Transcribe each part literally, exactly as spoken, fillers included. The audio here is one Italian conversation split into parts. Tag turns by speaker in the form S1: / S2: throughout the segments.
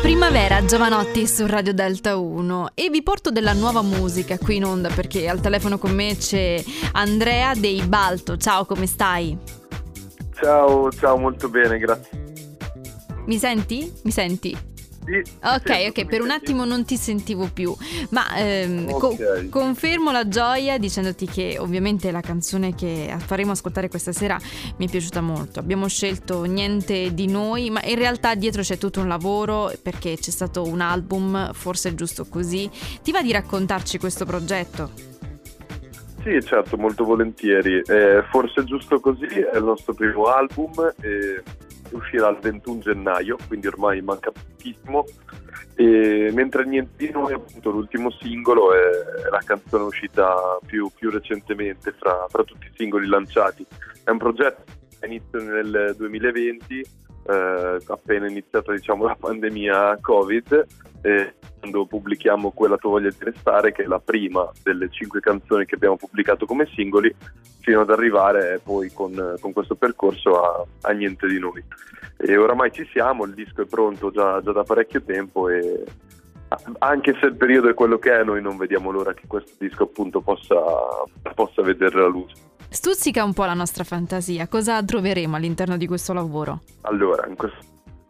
S1: Primavera, Giovanotti su Radio Delta uno, e vi porto della nuova musica qui in onda perché al telefono con me c'è Andrea dei Balto. Ciao, come stai?
S2: Ciao, ciao, molto bene, grazie.
S1: Mi senti? Mi senti?
S2: Sì,
S1: ok,
S2: sento,
S1: ok, per un
S2: senti?
S1: attimo non ti sentivo più, ma ehm,
S2: Okay.
S1: co- confermo la gioia dicendoti che ovviamente la canzone che faremo ascoltare questa sera mi è piaciuta molto. Abbiamo scelto Niente di noi, ma in realtà dietro c'è tutto un lavoro perché c'è stato un album, forse è giusto così. Ti va di raccontarci questo progetto?
S2: Sì, certo, molto volentieri. Eh, forse giusto così è il nostro primo album e uscirà il ventuno gennaio, quindi ormai manca pochissimo. E mentre Niente di noi, appunto, l'ultimo singolo è la canzone uscita più, più recentemente fra, fra tutti i singoli lanciati. È un progetto che inizia nel duemilaventi, eh, appena iniziata, diciamo, la pandemia Covid, e quando pubblichiamo Quella tua voglia di restare, che è la prima delle cinque canzoni che abbiamo pubblicato come singoli, fino ad arrivare poi con, con questo percorso a, a Niente di noi. E oramai ci siamo, il disco è pronto già, già da parecchio tempo e anche se il periodo è quello che è, noi non vediamo l'ora che questo disco appunto possa, possa vedere la luce.
S1: Stuzzica un po' la nostra fantasia, cosa troveremo all'interno di questo lavoro?
S2: Allora, in questo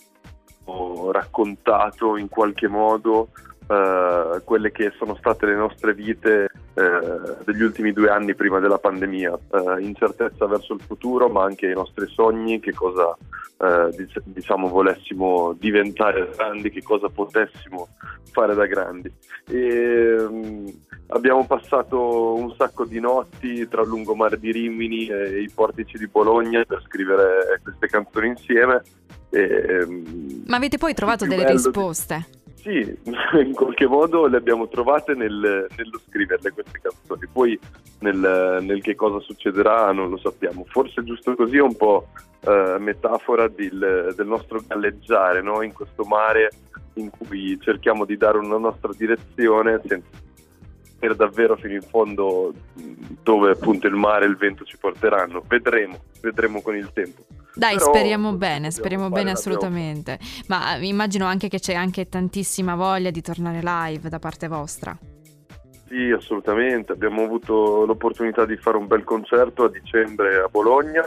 S2: ho raccontato in qualche modo uh, quelle che sono state le nostre vite uh, degli ultimi due anni prima della pandemia, uh, incertezza verso il futuro, ma anche i nostri sogni, che cosa uh, dic- diciamo volessimo diventare grandi, che cosa potessimo fare da grandi. E, um, abbiamo passato un sacco di notti tra il lungomare di Rimini e i portici di Bologna per scrivere queste canzoni insieme. E,
S1: Ma avete poi trovato delle risposte?
S2: Sì, in qualche modo le abbiamo trovate nel, nello scriverle queste canzoni. Poi nel, nel che cosa succederà non lo sappiamo. Forse giusto così è un po' eh, metafora del, del nostro galleggiare, no? In questo mare in cui cerchiamo di dare una nostra direzione senza sapere davvero fino in fondo dove appunto il mare e il vento ci porteranno. Vedremo, vedremo con il tempo.
S1: Dai,
S2: Però
S1: speriamo bene, speriamo
S2: fare,
S1: bene assolutamente. Ma immagino anche che c'è anche tantissima voglia di tornare live da parte vostra.
S2: Sì, assolutamente. Abbiamo avuto l'opportunità di fare un bel concerto a dicembre a Bologna,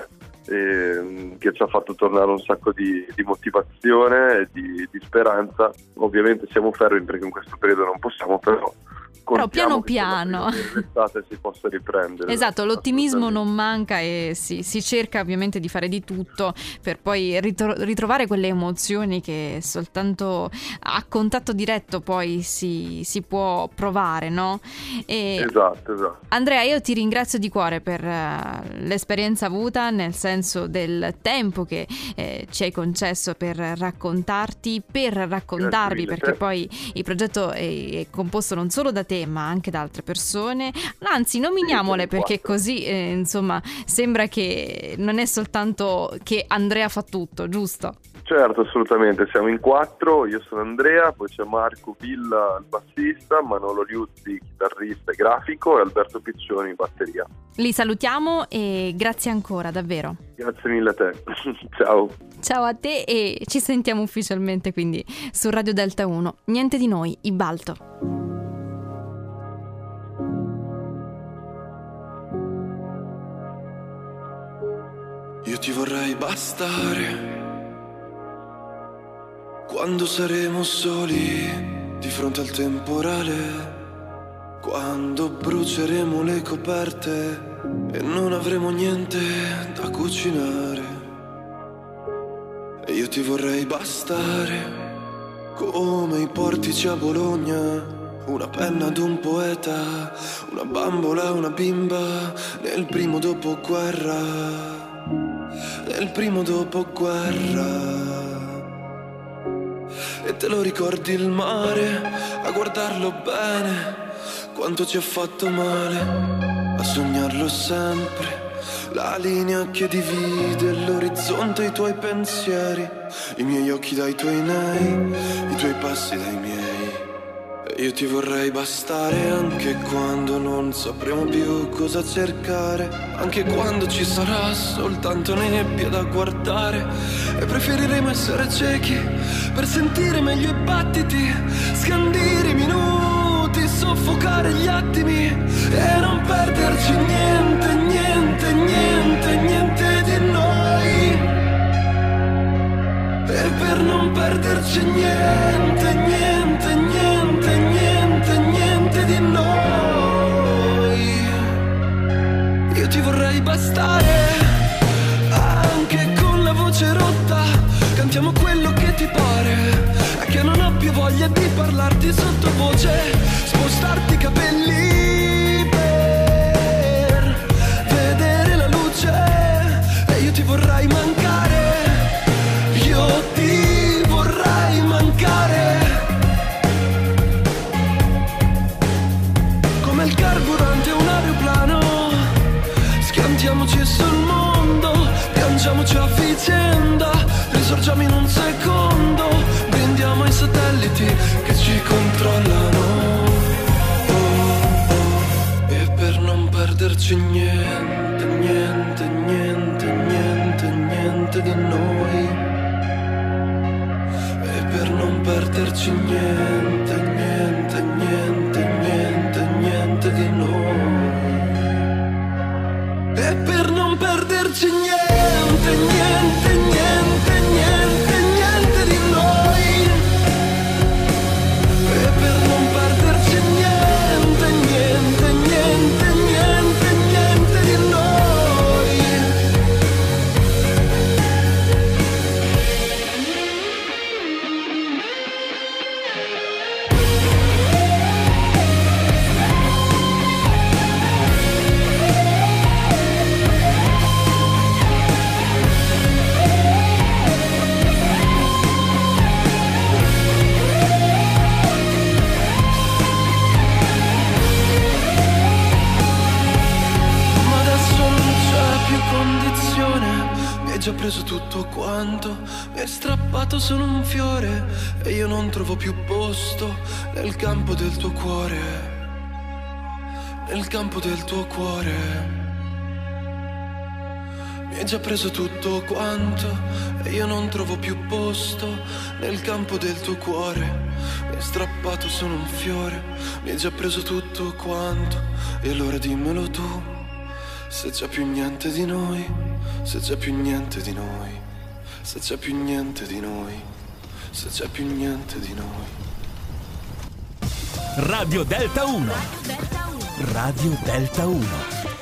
S2: eh, che ci ha fatto tornare un sacco di, di motivazione e di, di speranza. Ovviamente siamo fermi perché in questo periodo non possiamo, però
S1: Però piano piano
S2: l'estate si possa riprendere.
S1: Esatto, l'ottimismo non manca e si, si cerca ovviamente di fare di tutto per poi ritro- ritrovare quelle emozioni che soltanto a contatto diretto poi si, si può provare, no? E
S2: esatto, esatto.
S1: Andrea, io ti ringrazio di cuore per uh, l'esperienza avuta, nel senso del tempo che eh, ci hai concesso per raccontarti, per raccontarvi, perché poi il progetto è, è composto non solo da te ma anche da altre persone, anzi nominiamole perché così eh, insomma sembra che non è soltanto che Andrea fa tutto, giusto?
S2: Certo, assolutamente, siamo in quattro, io sono Andrea, poi c'è Marco Villa, il bassista, Manolo Liuzzi, chitarrista e grafico, e Alberto Piccioni, batteria.
S1: Li salutiamo e grazie ancora, davvero.
S2: Grazie mille a te, ciao.
S1: Ciao a te e ci sentiamo ufficialmente quindi su Radio Delta uno. Niente di noi, i Balto.
S3: Io ti vorrei bastare quando saremo soli di fronte al temporale, quando bruceremo le coperte e non avremo niente da cucinare. E io ti vorrei bastare come i portici a Bologna, una penna ad un poeta, una bambola, una bimba nel primo dopoguerra, nel primo dopoguerra. E te lo ricordi il mare, a guardarlo bene, quanto ci ha fatto male, a sognarlo sempre, la linea che divide l'orizzonte e i tuoi pensieri, i miei occhi dai tuoi nei, i tuoi passi dai miei. Io ti vorrei bastare anche quando non sapremo più cosa cercare, anche quando ci sarà soltanto nebbia da guardare. E preferiremo essere ciechi per sentire meglio i battiti, scandire i minuti, soffocare gli attimi e non perderci niente, niente, niente, niente di noi. E per non perderci niente, niente, niente, niente, niente di noi. Io ti vorrei bastare, anche con la voce rotta, cantiamo quello che ti pare. È che non ho più voglia di parlarti sottovoce, spostarti i capelli per vedere la luce. E io ti vorrei mancare, io ti vorrei mancare, come il carburante un aeroplano. Schiantiamoci sul mondo, piangiamoci a vicenda, risorgiamo in un secondo, brindiamo ai satelliti che ci controllano. Oh, oh. E per non perderci niente, niente, niente, niente, niente di noi. Per non perderci niente, niente, niente, niente, niente di noi. E per non perderci niente, niente, niente, niente, niente di noi. E per non perderci niente, niente, niente, niente, niente di noi. Già preso tutto quanto, mi hai strappato solo un fiore e io non trovo più posto nel campo del tuo cuore, nel campo del tuo cuore. Mi hai già preso tutto quanto e io non trovo più posto nel campo del tuo cuore. Mi hai strappato solo un fiore, mi hai già preso tutto quanto. E allora dimmelo tu, se c'è più niente di noi. Se c'è più niente di noi, se c'è più niente di noi, se c'è più niente di noi.
S4: Radio Delta uno. Radio Delta uno.